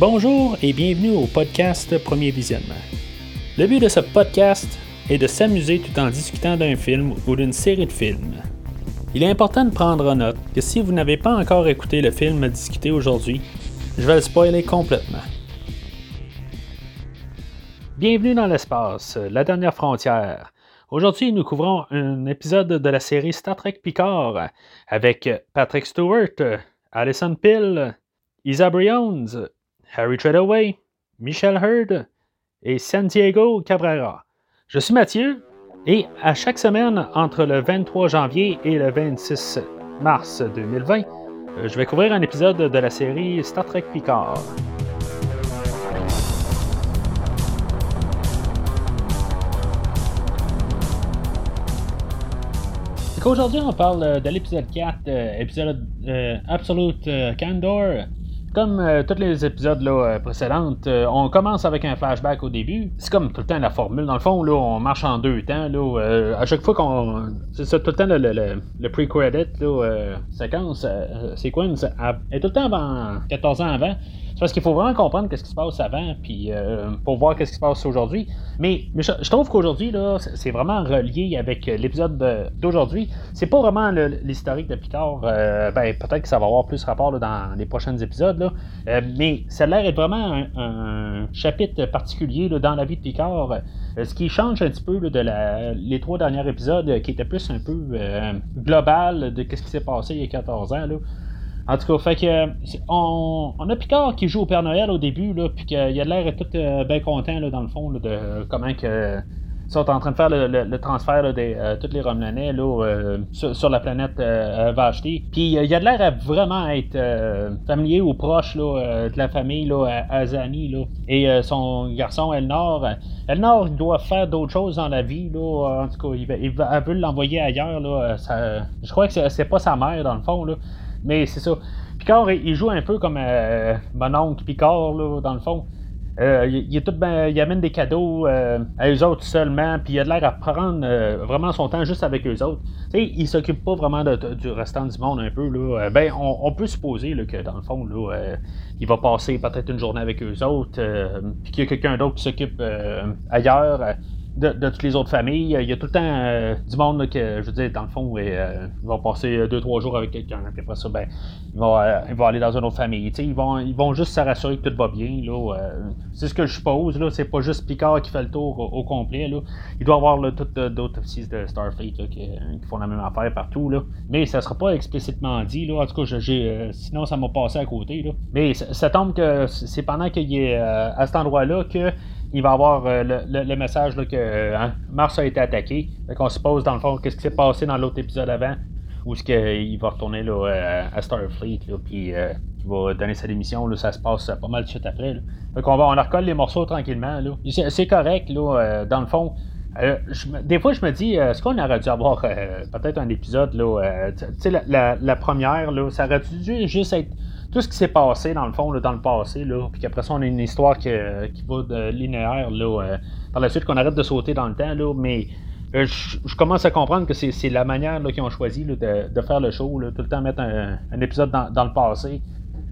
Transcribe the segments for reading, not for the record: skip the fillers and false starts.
Bonjour et bienvenue au podcast Premier Visionnement. Le but de ce podcast est de s'amuser tout en discutant d'un film ou d'une série de films. Il est important de prendre en note que si vous n'avez pas encore écouté le film à discuter aujourd'hui, je vais le spoiler complètement. Bienvenue dans l'espace, la dernière frontière. Aujourd'hui, nous couvrons un épisode de la série Star Trek Picard avec Patrick Stewart, Alison Pill, Isa Briones, Harry Treadaway, Michelle Hurd et Santiago Cabrera. Je suis Mathieu et à chaque semaine entre le 23 janvier et le 26 mars 2020, je vais couvrir un épisode de la série Star Trek Picard. Aujourd'hui, on parle de l'épisode 4, épisode Absolute Candor. Comme tous les épisodes précédents, on commence avec un flashback au début. C'est comme tout le temps la formule. Dans le fond, là, on marche en deux temps. À chaque fois qu'on... C'est ça, tout le temps le pre-credit séquence, sequence, est tout le temps avant 14 ans avant. C'est parce qu'il faut vraiment comprendre qu'est-ce qui se passe avant, puis pour voir qu'est-ce qui se passe aujourd'hui. Mais je trouve qu'aujourd'hui, là, c'est vraiment relié avec l'épisode d'aujourd'hui. C'est pas vraiment l'historique de Picard. Peut-être que ça va avoir plus rapport là, dans les prochains épisodes. Là. Mais ça a l'air d'être vraiment un chapitre particulier là, dans la vie de Picard. Ce qui change un petit peu là, de les 3 derniers épisodes, qui étaient plus un peu global de ce qui s'est passé il y a 14 ans. Là. En tout cas, fait que on a Picard qui joue au Père Noël au début, là, puis qu'il a l'air tout bien content là, dans le fond là, de comment que sont en train de faire le transfert là, de tous les Romulanais là, sur la planète Vashti. Puis il a l'air à vraiment être familier ou proche là, de la famille là, Azani là, et son garçon Elnor. Elnor il doit faire d'autres choses dans la vie. Là, en tout cas, elle veut l'envoyer ailleurs. Là, je crois que c'est pas sa mère dans le fond. Là. Mais c'est ça. Picard, il joue un peu comme mon oncle Picard, là, dans le fond. Il amène des cadeaux à eux autres seulement, puis il a de l'air à prendre vraiment son temps juste avec eux autres. Tu sais, il s'occupe pas vraiment du restant du monde un peu. Là. On peut supposer là, que dans le fond, là, il va passer peut-être une journée avec eux autres, puis qu'il y a quelqu'un d'autre qui s'occupe ailleurs. De toutes les autres familles. Il y a tout le temps du monde là, que, je veux dire, dans le fond, ils vont passer 2-3 jours avec quelqu'un. Puis après ça, ils vont aller dans une autre famille. Ils vont juste se rassurer que tout va bien. Là, c'est ce que je suppose. Là, c'est pas juste Picard qui fait le tour au complet. Là. Il doit y avoir d'autres officiers de Starfleet là, qui font la même affaire partout. Là. Mais ça sera pas explicitement dit. Là. En tout cas, sinon, ça m'a passé à côté. Là. Mais ça tombe que c'est pendant qu'il est à cet endroit-là que il va avoir le message là, que Mars a été attaqué. Fait qu'on se pose dans le fond qu'est-ce qui s'est passé dans l'autre épisode avant, où est-ce qu'il va retourner là, à Starfleet, puis il va donner sa démission. Là, ça se passe pas mal de suite après. Là. Fait qu'on on recolle les morceaux tranquillement. Là. C'est correct, là, dans le fond. Des fois, je me dis, est-ce qu'on aurait dû avoir peut-être un épisode, là, tu sais, la première, là, ça aurait dû juste être tout ce qui s'est passé, dans le fond, là, dans le passé, là, puis qu'après ça, on a une histoire qui va de linéaire, là, par la suite, qu'on arrête de sauter dans le temps, là, mais je commence à comprendre que c'est la manière là, qu'ils ont choisi là, de faire le show, là, tout le temps mettre un épisode dans le passé.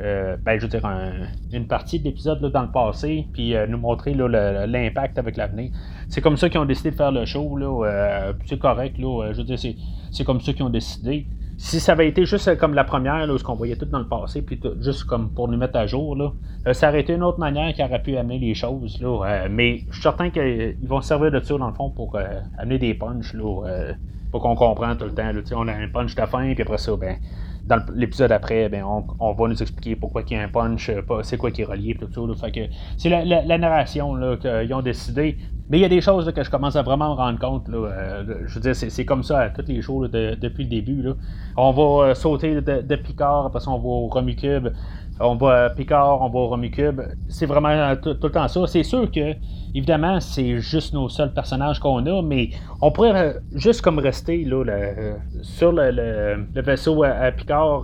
Je veux dire, une partie de l'épisode là, dans le passé, puis nous montrer là, l'impact avec l'avenir. C'est comme ça qu'ils ont décidé de faire le show, là, c'est correct, là, je veux dire, c'est comme ça qu'ils ont décidé. Si ça avait été juste comme la première, là, où on voyait tout dans le passé, puis juste comme pour nous mettre à jour, là, ça aurait été une autre manière qui aurait pu amener les choses, là, mais je suis certain qu'ils vont se servir de ça, dans le fond, pour amener des punchs, là, pour qu'on comprenne tout le temps. Là, on a un punch de fin, puis après ça, dans l'épisode après, on va nous expliquer pourquoi il y a un punch, c'est quoi qui est relié, tout ça. Là, fait que c'est la narration là, qu'ils ont décidé. Mais il y a des choses là, que je commence à vraiment me rendre compte. Là, je veux dire, c'est comme ça à tous les shows là, depuis le début. Là. On va sauter de Picard, après ça, on va au Romucube. On va à Picard, on va au Romucube. C'est vraiment tout le temps ça. C'est sûr que, évidemment, c'est juste nos seuls personnages qu'on a, mais on pourrait juste comme rester là, sur le vaisseau à Picard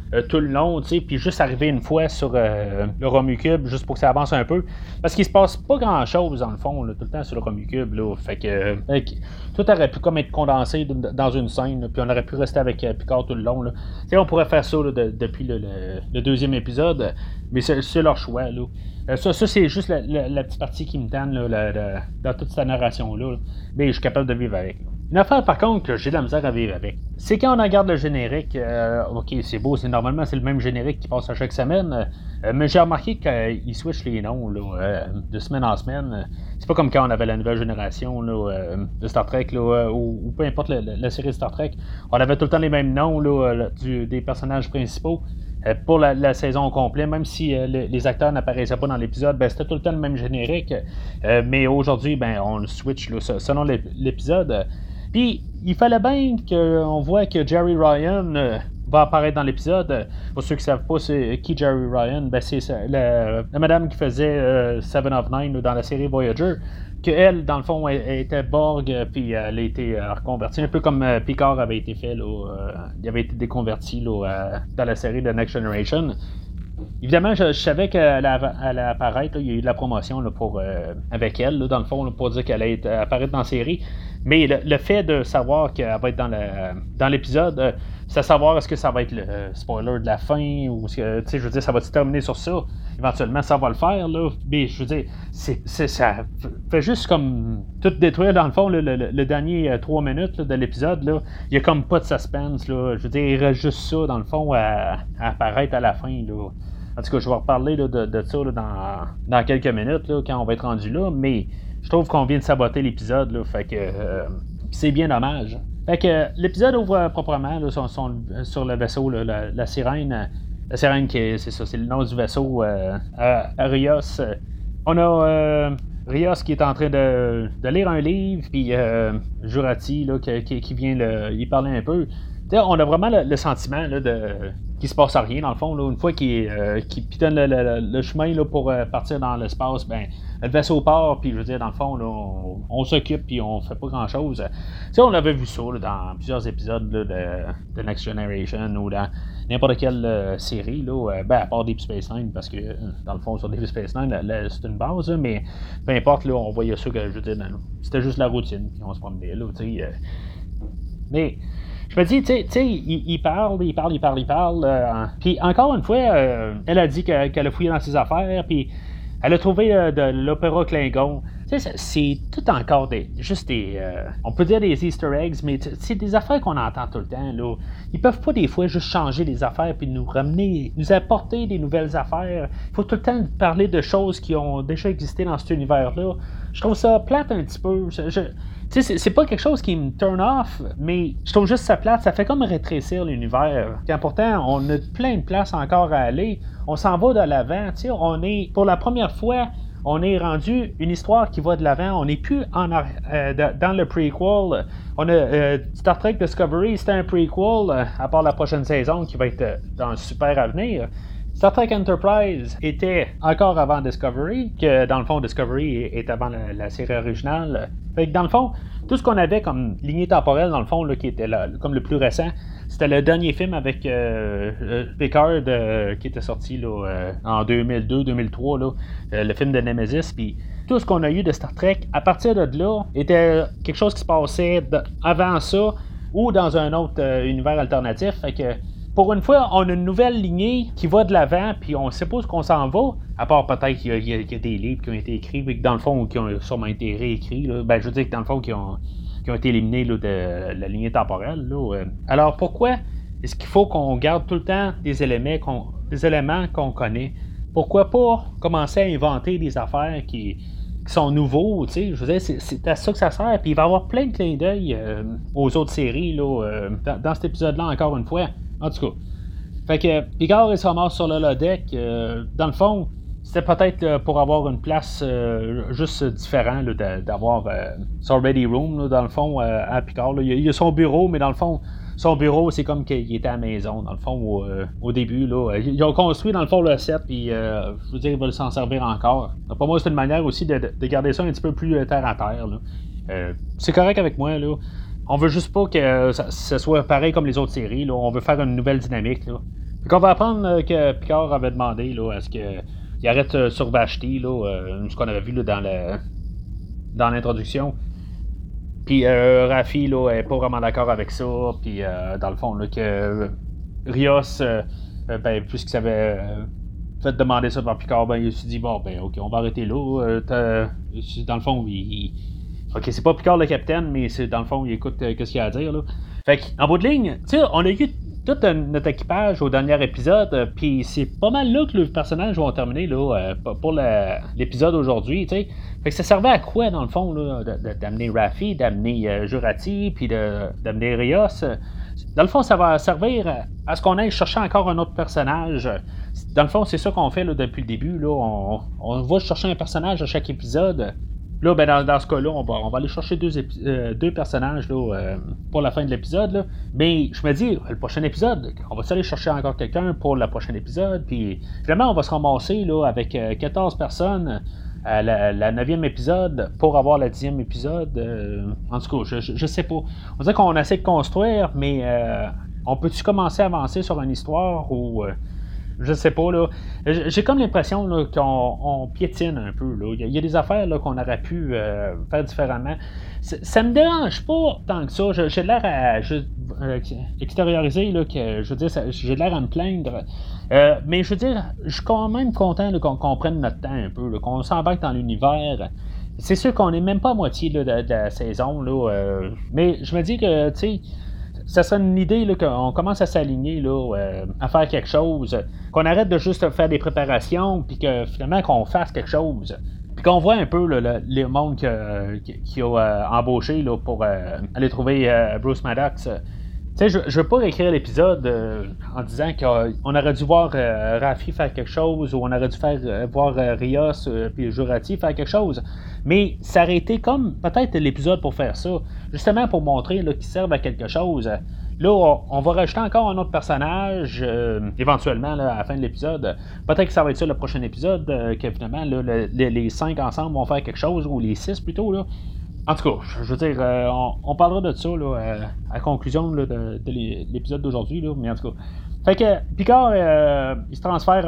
tout le long, tu sais, puis juste arriver une fois sur le Romucube, juste pour que ça avance un peu. Parce qu'il se passe pas grand-chose, dans le fond, là, tout le temps sur le Romucube, là. Fait que tout aurait pu comme être condensé dans une scène, là, puis on aurait pu rester avec Picard tout le long, là. Tu sais, on pourrait faire ça là, depuis le deuxième épisode, mais c'est leur choix, là. Ça, c'est juste la petite partie qui me tanne là, dans toute cette narration-là. Là. Mais je suis capable de vivre avec. Une affaire, par contre, que j'ai de la misère à vivre avec, c'est quand on regarde le générique. Ok, c'est beau, normalement c'est le même générique qui passe à chaque semaine. Mais j'ai remarqué qu'ils switchent les noms là, de semaine en semaine. C'est pas comme quand on avait la nouvelle génération là, de Star Trek là, ou peu importe la série de Star Trek. On avait tout le temps les mêmes noms là, des personnages principaux. Pour la saison au complet, même si les acteurs n'apparaissaient pas dans l'épisode, c'était tout le temps le même générique. Mais aujourd'hui, on le switch là, selon l'épisode. Puis, il fallait bien qu'on voit que Jerry Ryan va apparaître dans l'épisode. Pour ceux qui ne savent pas c'est qui Jerry Ryan, c'est la madame qui faisait Seven of Nine là, dans la série Voyager. Qu'elle, dans le fond, elle était Borg, puis elle a été reconvertie, un peu comme Picard avait été fait, là, il avait été déconverti là, dans la série de Next Generation. Évidemment, je savais qu'elle allait apparaître, là, il y a eu de la promotion là, avec elle, là, dans le fond, là, pour dire qu'elle allait apparaître dans la série. Mais le fait de savoir qu'elle va être dans l'épisode, c'est à savoir est-ce que ça va être le spoiler de la fin, ou je veux dire, ça va se terminer sur ça. Éventuellement, ça va le faire, là. Mais je veux dire, ça fait juste comme tout détruire, dans le fond, le dernier 3 minutes là, de l'épisode, là. Il n'y a comme pas de suspense, là. Je veux dire, il reste juste ça, dans le fond, à apparaître à la fin, là. En tout cas, je vais reparler là, de ça là, dans quelques minutes, là, quand on va être rendu là, mais je trouve qu'on vient de saboter l'épisode, là, fait que c'est bien dommage. Fait que l'épisode ouvre proprement là, sur le vaisseau, là, la sirène. La sirène, c'est ça, c'est le nom du vaisseau à Rios. On a Rios qui est en train de lire un livre, puis Jurati là, qui vient y parler un peu. T'sais, on a vraiment le sentiment là, qu'il se passe à rien, dans le fond. Là, une fois qu'il pitonne le chemin là, pour partir dans l'espace, le vaisseau part, puis je veux dire, dans le fond, là, on s'occupe, puis on fait pas grand-chose. T'sais, on avait vu ça là, dans plusieurs épisodes là, de Next Generation ou dans n'importe quelle série, là, à part Deep Space Nine, parce que, dans le fond, sur Deep Space Nine, c'est une base, là, mais peu importe, là, on voyait ça, que je veux dire, c'était juste la routine, puis on se promenait là, mais... Je me dis, tu sais, il parle. Puis encore une fois, elle a dit qu'elle a fouillé dans ses affaires, puis elle a trouvé de l'opéra Klingon. Tu sais, c'est tout encore juste des... on peut dire des Easter eggs, mais c'est des affaires qu'on entend tout le temps, là. Ils peuvent pas des fois juste changer les affaires puis nous apporter des nouvelles affaires. Il faut tout le temps parler de choses qui ont déjà existé dans cet univers-là. Je trouve ça plate un petit peu. Tu sais, c'est pas quelque chose qui me turn off, mais je trouve juste ça plate. Ça fait comme rétrécir l'univers. Quand pourtant, on a plein de places encore à aller. On s'en va de l'avant. Tu sais, on est, pour la première fois, on est rendu une histoire qui va de l'avant. On n'est plus dans le prequel. On a Star Trek Discovery, c'était un prequel, à part la prochaine saison qui va être dans le super avenir. Star Trek Enterprise était encore avant Discovery, que dans le fond, Discovery est avant la série originale. Fait que dans le fond, tout ce qu'on avait comme lignée temporelle, dans le fond, là, qui était comme le plus récent, c'était le dernier film avec Picard qui était sorti là, en 2002-2003, le film de Nemesis. Puis tout ce qu'on a eu de Star Trek, à partir de là, était quelque chose qui se passait avant ça ou dans un autre univers alternatif. Fait que pour une fois, on a une nouvelle lignée qui va de l'avant, puis on sait pas où on s'en va, à part peut-être qu'il y a des livres qui ont été écrits, mais que dans le fond, qui ont sûrement été réécrits. Là. Je veux dire que dans le fond, qui ont été éliminés là, de la lignée temporelle. Là. Alors pourquoi est-ce qu'il faut qu'on garde tout le temps des éléments qu'on connaît? Pourquoi pas commencer à inventer des affaires qui sont nouveaux, tu sais, je veux dire, c'est à ça que ça sert, puis il va y avoir plein de clins d'œil aux autres séries, là, dans cet épisode-là, encore une fois. En tout cas. Fait que Picard il se ramasse sur le holodeck. Dans le fond, c'était peut-être pour avoir une place juste différente d'avoir son ready room, là, dans le fond, à Picard. Là. Il y a son bureau, mais dans le fond, son bureau, c'est comme qu'il était à la maison, dans le fond, au début. Là. Ils ont construit, dans le fond, le set, puis je veux dire, ils veulent s'en servir encore. Donc, pour moi, c'est une manière aussi de garder ça un petit peu plus terre à terre. Là. C'est correct avec moi, là. On veut juste pas que ça soit pareil comme les autres séries. Là. On veut faire une nouvelle dynamique. Là. Fait qu'on va apprendre que Picard avait demandé là, à ce qu'il arrête sur Vashti, là, ce qu'on avait vu là, dans l'introduction. Puis Raffi là, est pas vraiment d'accord avec ça. Puis dans le fond, là, que Rios, puisqu'il s'avait fait demander ça devant Picard, il s'est dit bon, ok, on va arrêter là. Dans le fond, ok, c'est pas Picard le capitaine, mais c'est dans le fond, il écoute qu'est-ce qu'il a à dire là. Fait qu'en bout de ligne, tu sais, on a eu tout notre équipage au dernier épisode, puis c'est pas mal là que les personnages vont terminer là, pour l'épisode aujourd'hui, tu sais. Fait que ça servait à quoi dans le fond là, d'amener Raffi, d'amener Jurati, puis d'amener Rios. Dans le fond, ça va servir à ce qu'on aille chercher encore un autre personnage. Dans le fond, c'est ça qu'on fait là, depuis le début. Là. On va chercher un personnage à chaque épisode. Là, dans ce cas-là, on va aller chercher deux personnages là, pour la fin de l'épisode. Là. Mais je me dis, le prochain épisode, on va aller chercher encore quelqu'un pour le prochain épisode. Puis finalement, on va se ramasser là, avec 14 personnes à la 9e épisode pour avoir le 10e épisode. En tout cas, je sais pas. On dirait qu'on essaie de construire, mais on peut-tu commencer à avancer sur une histoire ou... je sais pas, là. J'ai comme l'impression là, qu'on piétine un peu. Là. Il y a des affaires là, qu'on aurait pu faire différemment. Ça me dérange pas tant que ça. J'ai l'air à extérioriser là, que je veux dire, j'ai l'air à me plaindre. Mais je veux dire, je suis quand même content là, qu'on prenne notre temps un peu, là, qu'on s'embarque dans l'univers. C'est sûr qu'on n'est même pas à moitié là, de la saison, là, mais je me dis que, tu sais, ça serait une idée là, qu'on commence à s'aligner là, à faire quelque chose, qu'on arrête de juste faire des préparations, puis que finalement qu'on fasse quelque chose. Puis qu'on voit un peu là, les monde qui a embauché là, pour aller trouver Bruce Maddox. Tu sais, je veux pas écrire l'épisode en disant qu'on aurait dû voir Raffi faire quelque chose, ou on aurait dû voir Rios puis Jurati faire quelque chose. Mais ça aurait été comme peut-être l'épisode pour faire ça, justement pour montrer là, qu'ils servent à quelque chose. Là, on va rajouter encore un autre personnage, éventuellement, là, à la fin de l'épisode. Peut-être que ça va être ça le prochain épisode, que finalement, là, les 5 ensemble vont faire quelque chose, ou les 6 plutôt, là. En tout cas, je veux dire, on parlera de ça là, à la conclusion là, de l'épisode d'aujourd'hui, là, mais en tout cas. Fait que Picard, il se transfère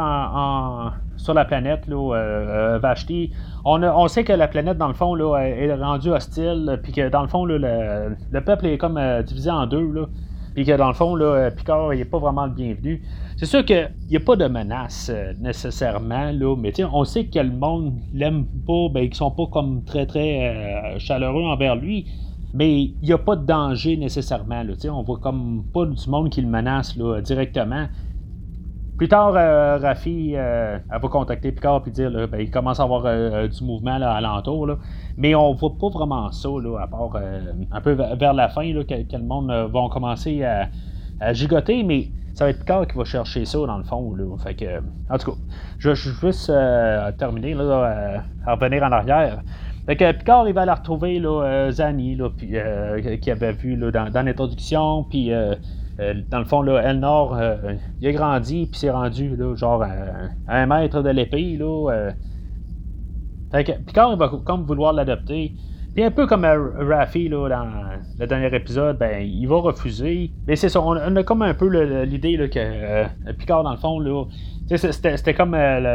sur la planète, là, Vashti. On sait que la planète, dans le fond, là, est rendue hostile, puis que dans le fond, là, le peuple est comme divisé en deux, là. Puis que dans le fond, là, Picard, il n'est pas vraiment le bienvenu. C'est sûr qu'il n'y a pas de menace nécessairement, là, mais on sait que le monde l'aime pas, qu'ils sont pas comme très très chaleureux envers lui, mais il n'y a pas de danger nécessairement. Là, on voit comme pas du monde qui le menace là, directement. Plus tard, Raffi elle va contacter Picard et dire il commence à avoir du mouvement là, alentour. Là. Mais on voit pas vraiment ça, là, à part un peu vers la fin, là, que le monde va commencer à gigoter, mais ça va être Picard qui va chercher ça dans le fond. Là. Fait que, en tout cas, je vais juste terminer là, à revenir en arrière. Fait que Picard, il va aller retrouver là, Zani, là, qui avait vu là, dans l'introduction, puis dans le fond, là, Elnor, il a grandi, puis s'est rendu là, genre à 1 mètre de l'épée. Là, fait que Picard, il va comme vouloir l'adopter. Puis un peu comme Raffi là, dans le dernier épisode, il va refuser. Mais c'est ça, on a comme un peu l'idée là, que Picard, dans le fond, là, c'était comme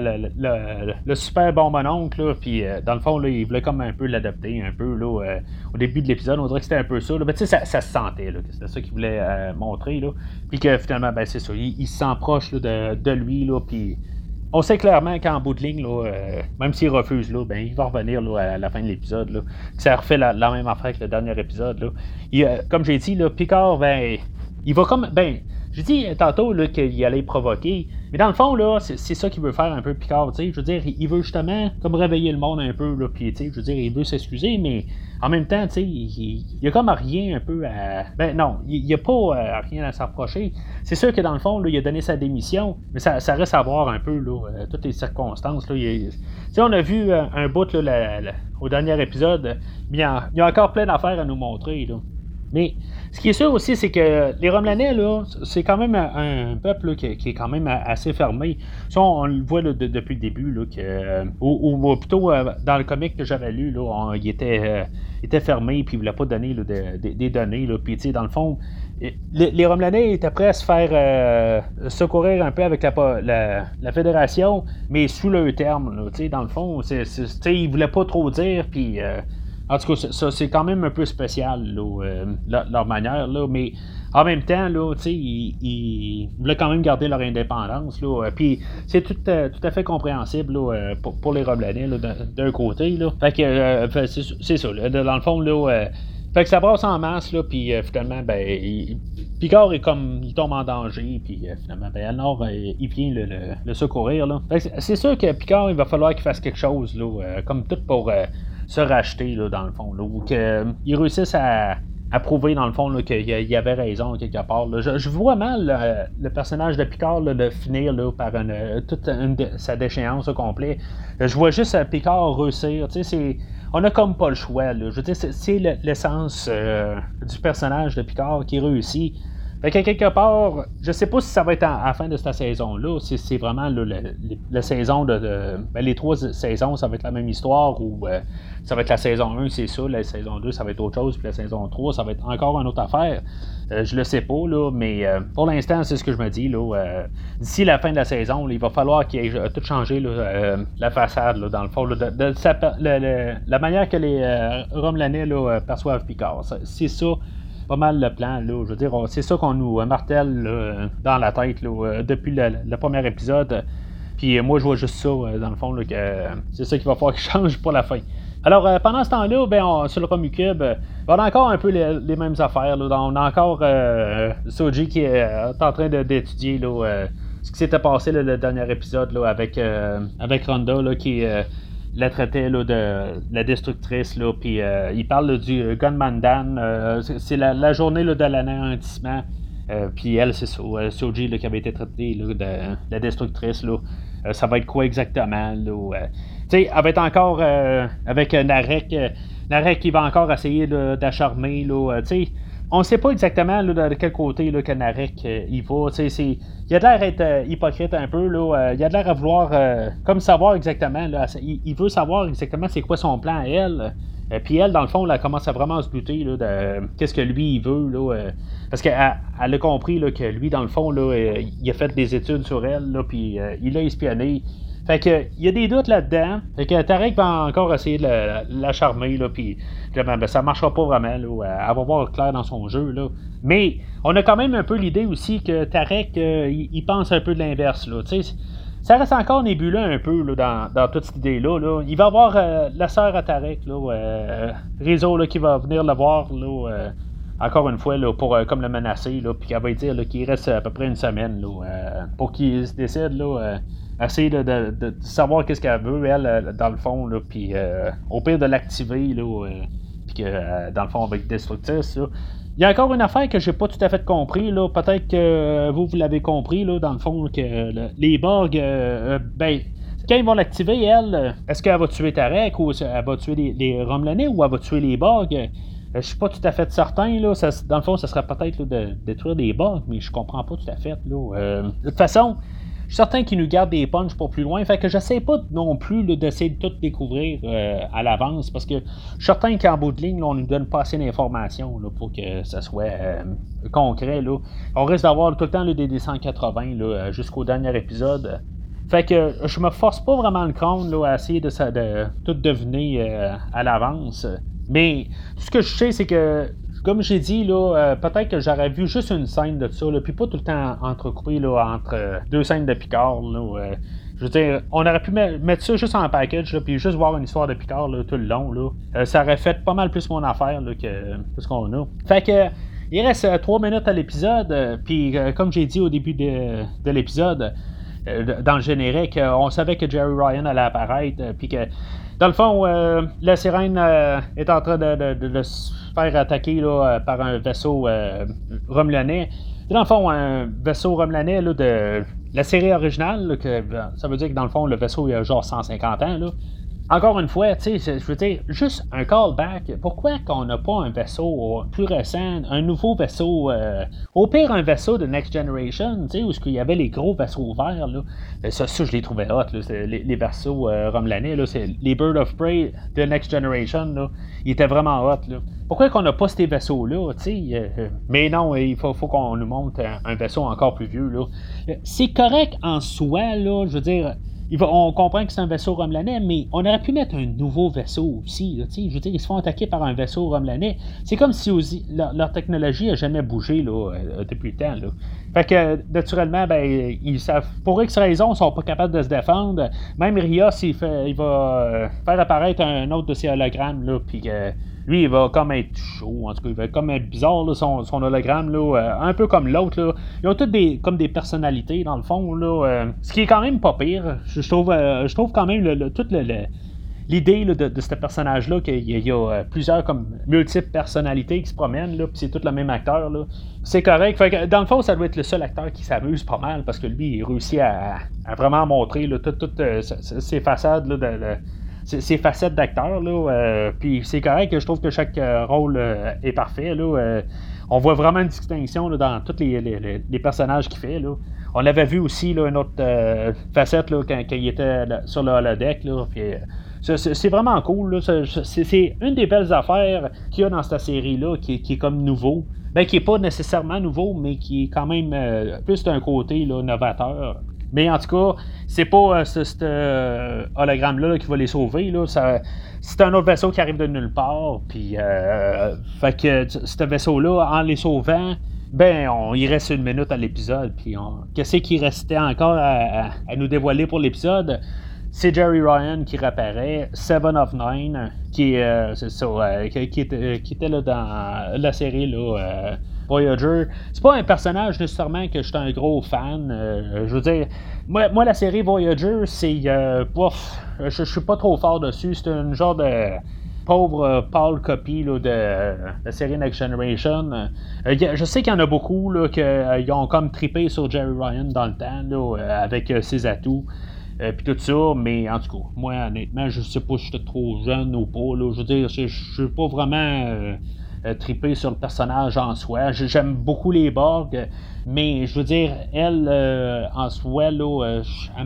le super bon mononcle, puis dans le fond, là, il voulait comme un peu l'adopter, un peu, là, au début de l'épisode, on dirait que c'était un peu ça, là, mais tu sais, ça se sentait, là, que c'était ça qu'il voulait montrer, là, puis que finalement, c'est ça, il se sent proche là, de lui, là, puis on sait clairement qu'en bout de ligne, là, même s'il refuse, là, il va revenir là, à la fin de l'épisode, là, ça refait la même affaire que le dernier épisode, là. Comme j'ai dit, là, Picard, il va comme, j'ai dit tantôt là, qu'il allait provoquer, mais dans le fond, là, c'est ça qu'il veut faire un peu Picard, tu sais, je veux dire, il veut justement comme réveiller le monde un peu, là, puis, tu sais, je veux dire, il veut s'excuser, mais en même temps, tu sais, il y a comme rien un peu à... non, il n'y a pas rien à s'approcher. C'est sûr que dans le fond, là, il a donné sa démission, mais ça reste à voir un peu, là, toutes les circonstances, là, tu sais, on a vu un bout, là, au dernier épisode, mais il y a encore plein d'affaires à nous montrer, là. Mais ce qui est sûr aussi, c'est que les Romelanais, là, c'est quand même un peuple là, qui est quand même assez fermé. Ça, on le voit là, depuis le début, là, ou plutôt dans le comic que j'avais lu, là, il était fermé, puis il ne voulait pas donner là, des données. Là, puis, dans le fond, les Romulanais étaient prêts à se faire secourir un peu avec la Fédération, mais sous leur terme, là, dans le fond, ils voulaient pas trop dire, puis en tout cas, ça, c'est quand même un peu spécial, là, leur manière, là, mais en même temps, là, ils voulaient quand même garder leur indépendance, là, puis c'est tout à fait compréhensible là, pour les Romulanais, là, d'un côté, là. Fait que, c'est ça, là, dans le fond, là, fait que ça brasse en masse, là, puis finalement, Picard est comme, il tombe en danger, puis finalement, Elnor, il vient le secourir, là. Fait que c'est sûr que Picard, il va falloir qu'il fasse quelque chose, là, comme tout pour se racheter, là, dans le fond, là, ou qu'il réussisse à prouver, dans le fond, là, qu'il y avait raison, quelque part, là. Je vois mal le personnage de Picard, là, de finir, là, par toute sa déchéance au complet. Je vois juste Picard réussir, tu sais, on a comme pas le choix, là. Je veux dire, c'est l'essence du personnage de Picard qui réussit. Fait que quelque part, je sais pas si ça va être à la fin de cette saison-là, si c'est vraiment là, la saison les 3 saisons, ça va être la même histoire, ou ça va être la saison 1, c'est ça, la saison 2, ça va être autre chose, puis la saison 3, ça va être encore une autre affaire. Je le sais pas, là, mais pour l'instant, c'est ce que je me dis, là. D'ici la fin de la saison, là, il va falloir qu'il ait tout changé, là, la façade, là, dans le fond, là, la manière que les Romulanais là, perçoivent Picard. C'est ça. Pas mal le plan, là. Je veux dire, c'est ça qu'on nous martèle là, dans la tête là, depuis le premier épisode. Puis moi, je vois juste ça, dans le fond, là, que c'est ça qu'il va falloir qu'il change pour la fin. Alors, pendant ce temps-là, sur le Romucube, on a encore un peu les mêmes affaires. Là. On a encore Soji qui est en train d'étudier là, ce qui s'était passé là, le dernier épisode là, avec Rhonda là, qui la traitait là, de la destructrice, là, puis il parle là, du Gunman Dan. C'est la journée là, de l'anéantissement. Puis elle, c'est ça, Soji là, qui avait été traitée là, de la destructrice. Là. Ça va être quoi exactement? Là, tu sais, elle va être encore avec Narek. Narek qui va encore essayer là, d'acharmer. Là, tu sais, on ne sait pas exactement là, de quel côté là, que Narek il va. Il a de l'air d'être hypocrite un peu. Là, il a de l'air à vouloir comme savoir exactement. Là, il veut savoir exactement c'est quoi son plan à elle. Puis elle, dans le fond, là, elle commence à vraiment se douter là, de qu'est-ce que lui il veut. Là, parce qu'elle a compris là, que lui, dans le fond, là, il a fait des études sur elle. Là, puis il l'a espionné. Fait que il y a des doutes là-dedans. Fait que Tarek va encore essayer de la charmer, là, puis ça marchera pas vraiment, là. Elle va voir clair dans son jeu, là. Mais on a quand même un peu l'idée aussi que Tarek, il pense un peu de l'inverse, là. Tu sais, ça reste encore nébuleux un peu là, dans toute cette idée-là. Là. Il va y avoir la sœur à Tarek, là, Rizzo, là, qui va venir le voir, là, encore une fois, là, pour comme le menacer, là, puis qu'elle va lui dire là, qu'il reste à peu près une semaine là, pour qu'il se décide, là, essayer de savoir qu'est-ce qu'elle veut, elle, dans le fond, là, puis au pire de l'activer, là, puis que, dans le fond, avec Destructis, là. Il y a encore une affaire que j'ai pas tout à fait compris, là. Peut-être que vous l'avez compris, là, dans le fond, que les Borg, quand ils vont l'activer, elle, est-ce qu'elle va tuer Tarek, ou elle va tuer les Romulanais, ou elle va tuer les Borg? Je suis pas tout à fait certain, là. Dans le fond, ça serait peut-être là, de détruire des Borg, mais je comprends pas tout à fait, là. De toute façon, je suis certain qu'ils nous gardent des punchs pour plus loin. Fait que j'essaie pas non plus là, d'essayer de tout découvrir à l'avance. Parce que je suis certain qu'en bout de ligne, là, on nous donne pas assez d'informations là, pour que ça soit concret. Là. On risque d'avoir tout le temps là, des 180 là, jusqu'au dernier épisode. Fait que je me force pas vraiment le crâne là, à essayer de tout deviner à l'avance. Mais tout ce que je sais, c'est que comme j'ai dit, là, peut-être que j'aurais vu juste une scène de ça, là, puis pas tout le temps entrecoupé là, entre deux scènes de Picard. Là, je veux dire, on aurait pu mettre ça juste en package, là, puis juste voir une histoire de Picard là, tout le long. Là. Ça aurait fait pas mal plus mon affaire là, que ce qu'on a. Fait que il reste 3 minutes à l'épisode, puis comme j'ai dit au début de l'épisode, dans le générique, on savait que Jerry Ryan allait apparaître, puis que dans le fond, la sirène est en train de se faire attaquer là, par un vaisseau romulanais. Dans le fond, un vaisseau romulanais là, de la série originale, là, ça veut dire que dans le fond, le vaisseau il a genre 150 ans. Là. encore une fois, tu sais, je veux dire, juste un callback. Pourquoi qu'on n'a pas un vaisseau plus récent, un nouveau vaisseau, au pire un vaisseau de Next Generation, tu sais, où il y avait les gros vaisseaux verts, là. Ça, je les trouvais hot, là, les vaisseaux Romulanais, là, c'est les Bird of Prey de Next Generation, là, ils étaient vraiment hot, là. Pourquoi qu'on n'a pas ces vaisseaux-là, tu sais, mais non, il faut qu'on nous montre un vaisseau encore plus vieux, là. C'est correct en soi, là, je veux dire. On comprend que c'est un vaisseau romulanais, mais on aurait pu mettre un nouveau vaisseau aussi. Là, je veux dire, ils se font attaquer par un vaisseau romulanais. C'est comme si leur technologie n'a jamais bougé là, depuis le temps. Là. Fait que, naturellement, ben, ils savent, pour X raisons, ils ne sont pas capables de se défendre. Même Rios, il va faire apparaître un autre de ses hologrammes, là, puis lui, il va comme être chaud, en tout cas, il va comme être bizarre, là, son hologramme, là, un peu comme l'autre. Là. Ils ont tous comme des personnalités, dans le fond, là, ce qui est quand même pas pire. Je trouve quand même toute l'idée là, de ce personnage-là, qu'il y a plusieurs comme multiples personnalités qui se promènent, là, puis c'est tout le même acteur. Là. C'est correct. Fait que, dans le fond, ça doit être le seul acteur qui s'amuse pas mal, parce que lui, il réussit à vraiment montrer là, toutes ses façades là, ses facettes d'acteur, là, puis c'est correct que je trouve que chaque rôle est parfait, là, on voit vraiment une distinction là, dans tous les personnages qu'il fait, là. On l'avait vu aussi, là, une autre facette, là, quand il était là, sur le holodeck, là, puis c'est vraiment cool, là. C'est une des belles affaires qu'il y a dans cette série-là, qui est comme nouveau. Ben, qui est pas nécessairement nouveau, mais qui est quand même plus d'un côté là, novateur. Mais en tout cas, c'est pas cet hologramme-là là, qui va les sauver. Là. C'est un autre vaisseau qui arrive de nulle part. Puis, fait que ce vaisseau-là, en les sauvant, ben, il reste 1 minute à l'épisode. Puis, qu'est-ce qui restait encore à nous dévoiler pour l'épisode? C'est Jerry Ryan qui réapparaît, Seven of Nine, qui était là dans la série là, Voyager. C'est pas un personnage nécessairement que je suis un gros fan. Je veux dire, moi la série Voyager, c'est je suis pas trop fort dessus. C'est un genre de pauvre pâle copie là, de la série Next Generation. Je sais qu'il y en a beaucoup là, qui ont comme trippé sur Jerry Ryan dans le temps là, avec ses atouts. Puis tout ça, mais en tout cas, moi honnêtement, je sais pas si j'étais trop jeune ou pas. Là. Je veux dire, je suis pas vraiment trippé sur le personnage en soi. J'aime beaucoup les Borg, mais je veux dire, elle en soi, là,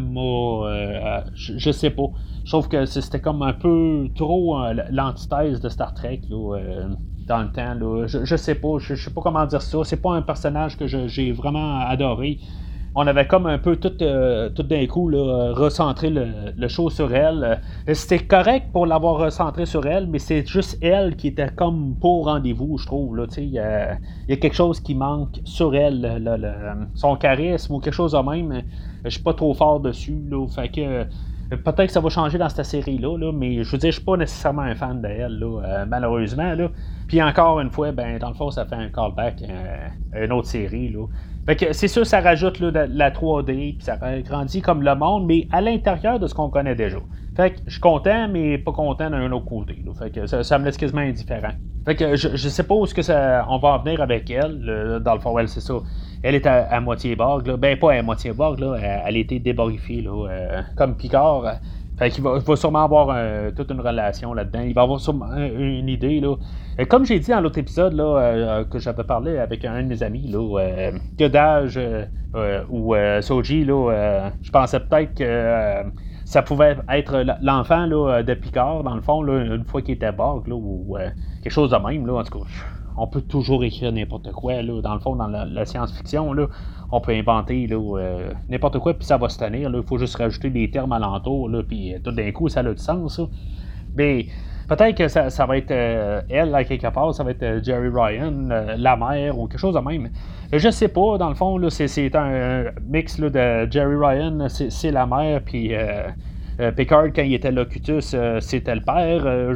je sais pas. Je trouve que c'était comme un peu trop l'antithèse de Star Trek là, dans le temps. Là. Je sais pas, je sais pas comment dire ça. C'est pas un personnage que j'ai vraiment adoré. On avait comme un peu tout d'un coup là, recentré le show sur elle. C'était correct pour l'avoir recentré sur elle, mais c'est juste elle qui était comme pas au rendez-vous, je trouve. Il y a quelque chose qui manque sur elle, son charisme ou quelque chose de même. Je suis pas trop fort dessus. Là, fait que peut-être que ça va changer dans cette série-là, là, mais je veux dire, je suis pas nécessairement un fan d'elle, là, malheureusement. Là. Puis encore une fois, ben, dans le fond, ça fait un callback à une autre série. Là. Fait que c'est sûr, ça rajoute là, de la 3D, puis ça grandit comme le monde, mais à l'intérieur de ce qu'on connaît déjà. Fait que je suis content, mais pas content d'un autre côté. Là. Fait que ça me laisse quasiment indifférent. Fait que je sais pas où est-ce que on va en venir avec elle. Dans le fond, elle, c'est ça. Elle est à moitié Borg. Là. Ben, pas à moitié Borg, là. Elle a été déborifiée, là, comme Picard. Fait qu'il va sûrement avoir toute une relation là-dedans. Il va avoir sûrement une idée, là. Comme j'ai dit dans l'autre épisode, là, que j'avais parlé avec un de mes amis, là, que d'âge ou Soji, là, je pensais peut-être que ça pouvait être l'enfant là, de Picard, dans le fond, là, une fois qu'il était Borg, là, ou quelque chose de même, là, en tout cas. On peut toujours écrire n'importe quoi, là, dans le fond, dans la science-fiction, là, on peut inventer là, n'importe quoi, puis ça va se tenir. Il faut juste rajouter des termes alentours, puis tout d'un coup, ça a du sens. Là. Mais peut-être que ça va être elle, là, quelque part, ça va être Jerry Ryan, la mère, ou quelque chose de même. Je sais pas, dans le fond, là, c'est un mix là, de Jerry Ryan, c'est la mère, puis Picard, quand il était Locutus, c'était le père.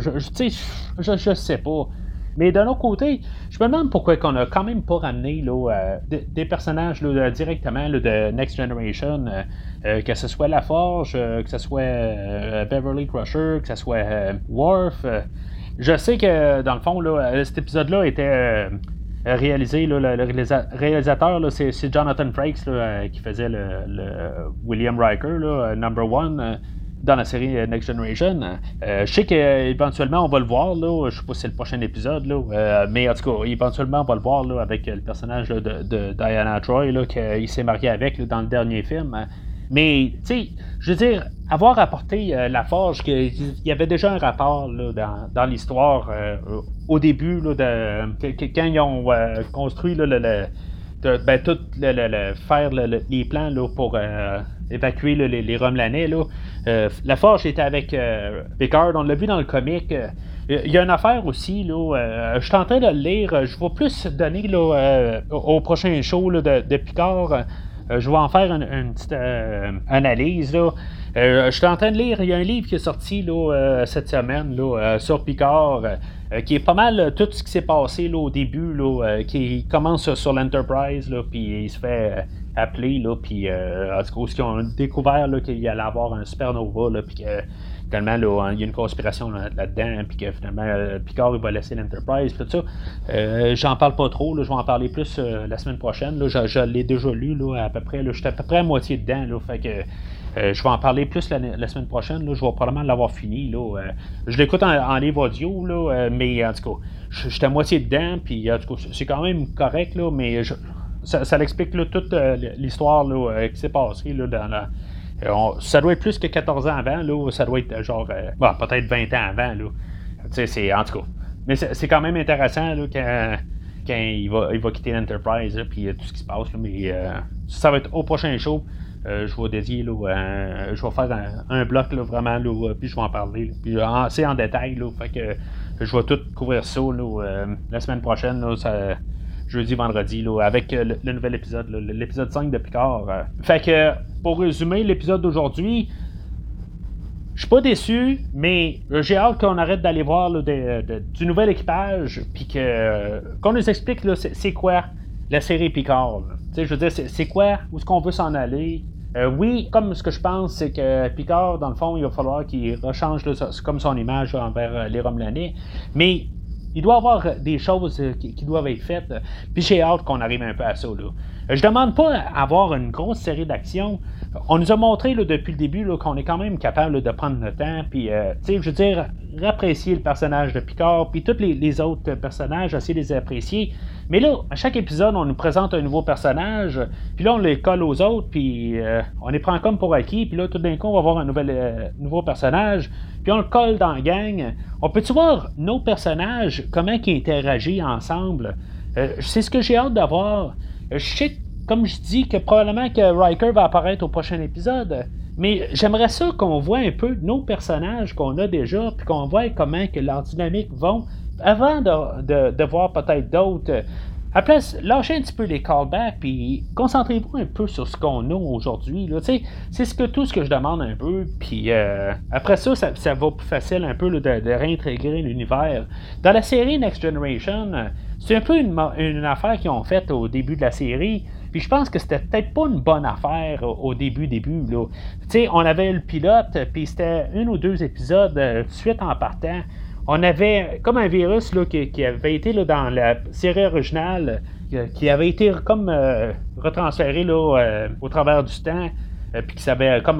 Je sais pas. Mais d'un autre côté, je me demande pourquoi on a quand même pas ramené là, des personnages là, directement là, de Next Generation, que ce soit La Forge, que ce soit Beverly Crusher, que ce soit Worf. Je sais que dans le fond, là, cet épisode-là était réalisé, là, le réalisateur, là, c'est Jonathan Frakes là, qui faisait le William Riker, là, number one. dans la série Next Generation. Je sais qu'éventuellement on va le voir, là, je sais pas si c'est le prochain épisode, là, mais en tout cas, éventuellement on va le voir là, avec le personnage là, de Diana Troy là, qu'il s'est marié avec là, dans le dernier film. Mais, tu sais, je veux dire, avoir apporté la forge, qu'il y avait déjà un rapport là, dans l'histoire au début, là, quand ils ont construit là, tout faire les plans là, pour évacuer là, les Romelanais. Là. La forge était avec Picard, on l'a vu dans le comic. Il y a une affaire aussi, là, je suis en train de le lire, je vais plus donner là, au prochain show là, de Picard. Je vais en faire une petite analyse. Là. Je suis en train de lire, il y a un livre qui est sorti là, cette semaine là, sur Picard, qui est pas mal tout ce qui s'est passé là, au début, là, qui commence sur l'Enterprise, là, puis il se fait appeler, là, puis en tout cas, ils ont découvert là, qu'il allait avoir un supernova, là, puis que finalement, là, il y a une conspiration là-dedans, puis que finalement, Picard il va laisser l'Enterprise, tout ça. J'en parle pas trop, là, je vais en parler plus la semaine prochaine. Là, je l'ai déjà lu là, à peu près. J'étais à peu près à moitié dedans, là, fait que je vais en parler plus la semaine prochaine. Là, je vais probablement l'avoir fini. Là, je l'écoute en livre audio, là, mais en tout cas, j'étais à moitié dedans, puis en tout cas, c'est quand même correct, là, mais ça l'explique là, toute l'histoire là, qui s'est passée là, dans la. Ça doit être plus que 14 ans avant, là, ça doit être genre peut-être 20 ans avant. Là. C'est, en tout cas. Mais c'est quand même intéressant là, quand il va quitter l'Enterprise, puis tout ce qui se passe. Là, mais ça va être au prochain show. Je vais dédier, là, je vais faire un bloc là, vraiment, là, puis je vais en parler. Là, puis c'est en détail, là, fait que je vais tout couvrir ça là, la semaine prochaine. Là, jeudi, vendredi, là, avec le nouvel épisode, là, l'épisode 5 de Picard. Fait que, pour résumer l'épisode d'aujourd'hui, je suis pas déçu, mais j'ai hâte qu'on arrête d'aller voir là, du nouvel équipage, puis qu'on nous explique là, c'est quoi la série Picard. Je veux dire, c'est quoi, où est-ce qu'on veut s'en aller. Oui, comme ce que je pense, c'est que Picard, dans le fond, il va falloir qu'il rechange là, comme son image là, envers les Romelanais, mais il doit y avoir des choses qui doivent être faites. Puis j'ai hâte qu'on arrive un peu à ça. Là. Je demande pas à avoir une grosse série d'actions. On nous a montré là, depuis le début là, qu'on est quand même capable là, de prendre notre temps. Puis, je veux dire, apprécier le personnage de Picard. Puis tous les autres personnages, essayer de les apprécier. Mais là, à chaque épisode, on nous présente un nouveau personnage. Puis là, on les colle aux autres. Puis on les prend comme pour acquis. Puis là, tout d'un coup, on va voir un nouveau personnage. Puis on le colle dans la gang. On peut-tu voir nos personnages, comment ils interagissent ensemble? C'est ce que j'ai hâte d'avoir. Je sais, comme je dis, que probablement que Riker va apparaître au prochain épisode. Mais j'aimerais ça qu'on voit un peu nos personnages qu'on a déjà, puis qu'on voit comment que leurs dynamiques vont, avant de voir peut-être d'autres. À la place, lâchez un petit peu les callbacks, puis concentrez-vous un peu sur ce qu'on a aujourd'hui. Là. C'est tout ce que je demande un peu, puis après ça va plus facile un peu là, de réintégrer l'univers. Dans la série Next Generation, c'est un peu une affaire qu'ils ont faite au début de la série, puis je pense que c'était peut-être pas une bonne affaire au début. Là. On avait le pilote, puis c'était 1 ou 2 épisodes tout de suite en partant. On avait comme un virus là, qui avait été là, dans la série originale, qui avait été comme retransféré là, au travers du temps, puis qui s'avait comme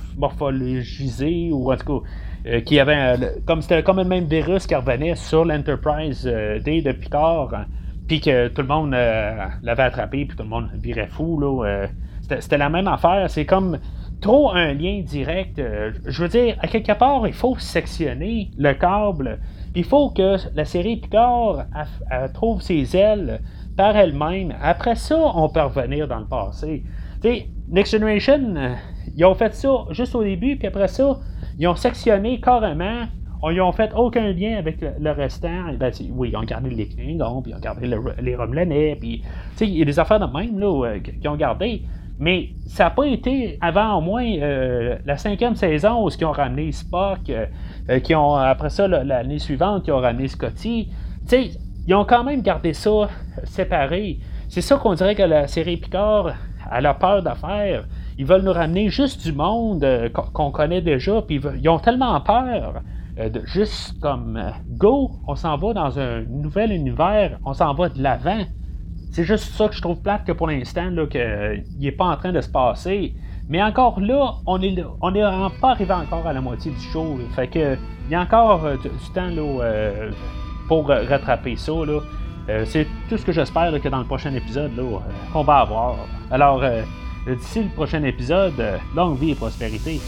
morphologisé, ou en tout cas, qui avait comme c'était comme le même virus qui revenait sur l'Enterprise D de Picard, puis que tout le monde l'avait attrapé, puis tout le monde virait fou. Là, c'était la même affaire. C'est comme trop un lien direct. Je veux dire, à quelque part, il faut sectionner le câble. Il faut que la série Picard elle trouve ses ailes par elle-même. Après ça, on peut revenir dans le passé. T'sais, Next Generation, ils ont fait ça juste au début, puis après ça, ils ont sectionné carrément. Ils ont fait aucun lien avec le restant. Ben, oui, ils ont gardé les Klingons, puis ils ont gardé les Romelanais, puis il y a des affaires de même là, qu'ils ont gardé. Mais ça n'a pas été, avant au moins la 5e saison, où ils ont ramené Spock, qui ont, après ça, l'année suivante, qui ont ramené Scotty. T'sais, ils ont quand même gardé ça séparé. C'est ça qu'on dirait que la série Picard, elle a peur de faire. Ils veulent nous ramener juste du monde qu'on connaît déjà, puis ils ont tellement peur de juste comme go, on s'en va dans un nouvel univers, on s'en va de l'avant. C'est juste ça que je trouve plate que pour l'instant, là, qu'il n'est pas en train de se passer. Mais encore là, on n'est pas arrivé encore à la moitié du show. Fait que il y a encore du temps là, pour rattraper ça. Là. C'est tout ce que j'espère là, que dans le prochain épisode là, qu'on va avoir. Alors, d'ici le prochain épisode, longue vie et prospérité.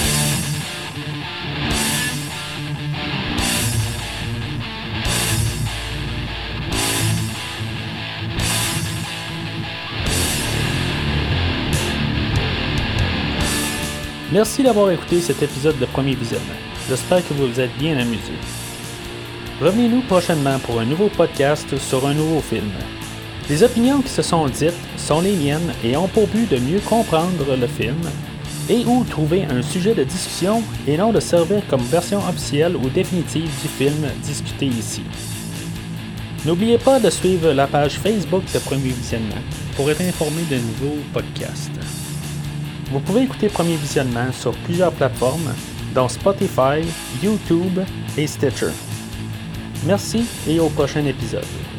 Merci d'avoir écouté cet épisode de Premier Visionnement. J'espère que vous vous êtes bien amusés. Revenez-nous prochainement pour un nouveau podcast sur un nouveau film. Les opinions qui se sont dites sont les miennes et ont pour but de mieux comprendre le film et ou trouver un sujet de discussion et non de servir comme version officielle ou définitive du film discuté ici. N'oubliez pas de suivre la page Facebook de Premier Visionnement pour être informé de nouveaux podcasts. Vous pouvez écouter Premier Visionnement sur plusieurs plateformes, dont Spotify, YouTube et Stitcher. Merci et au prochain épisode.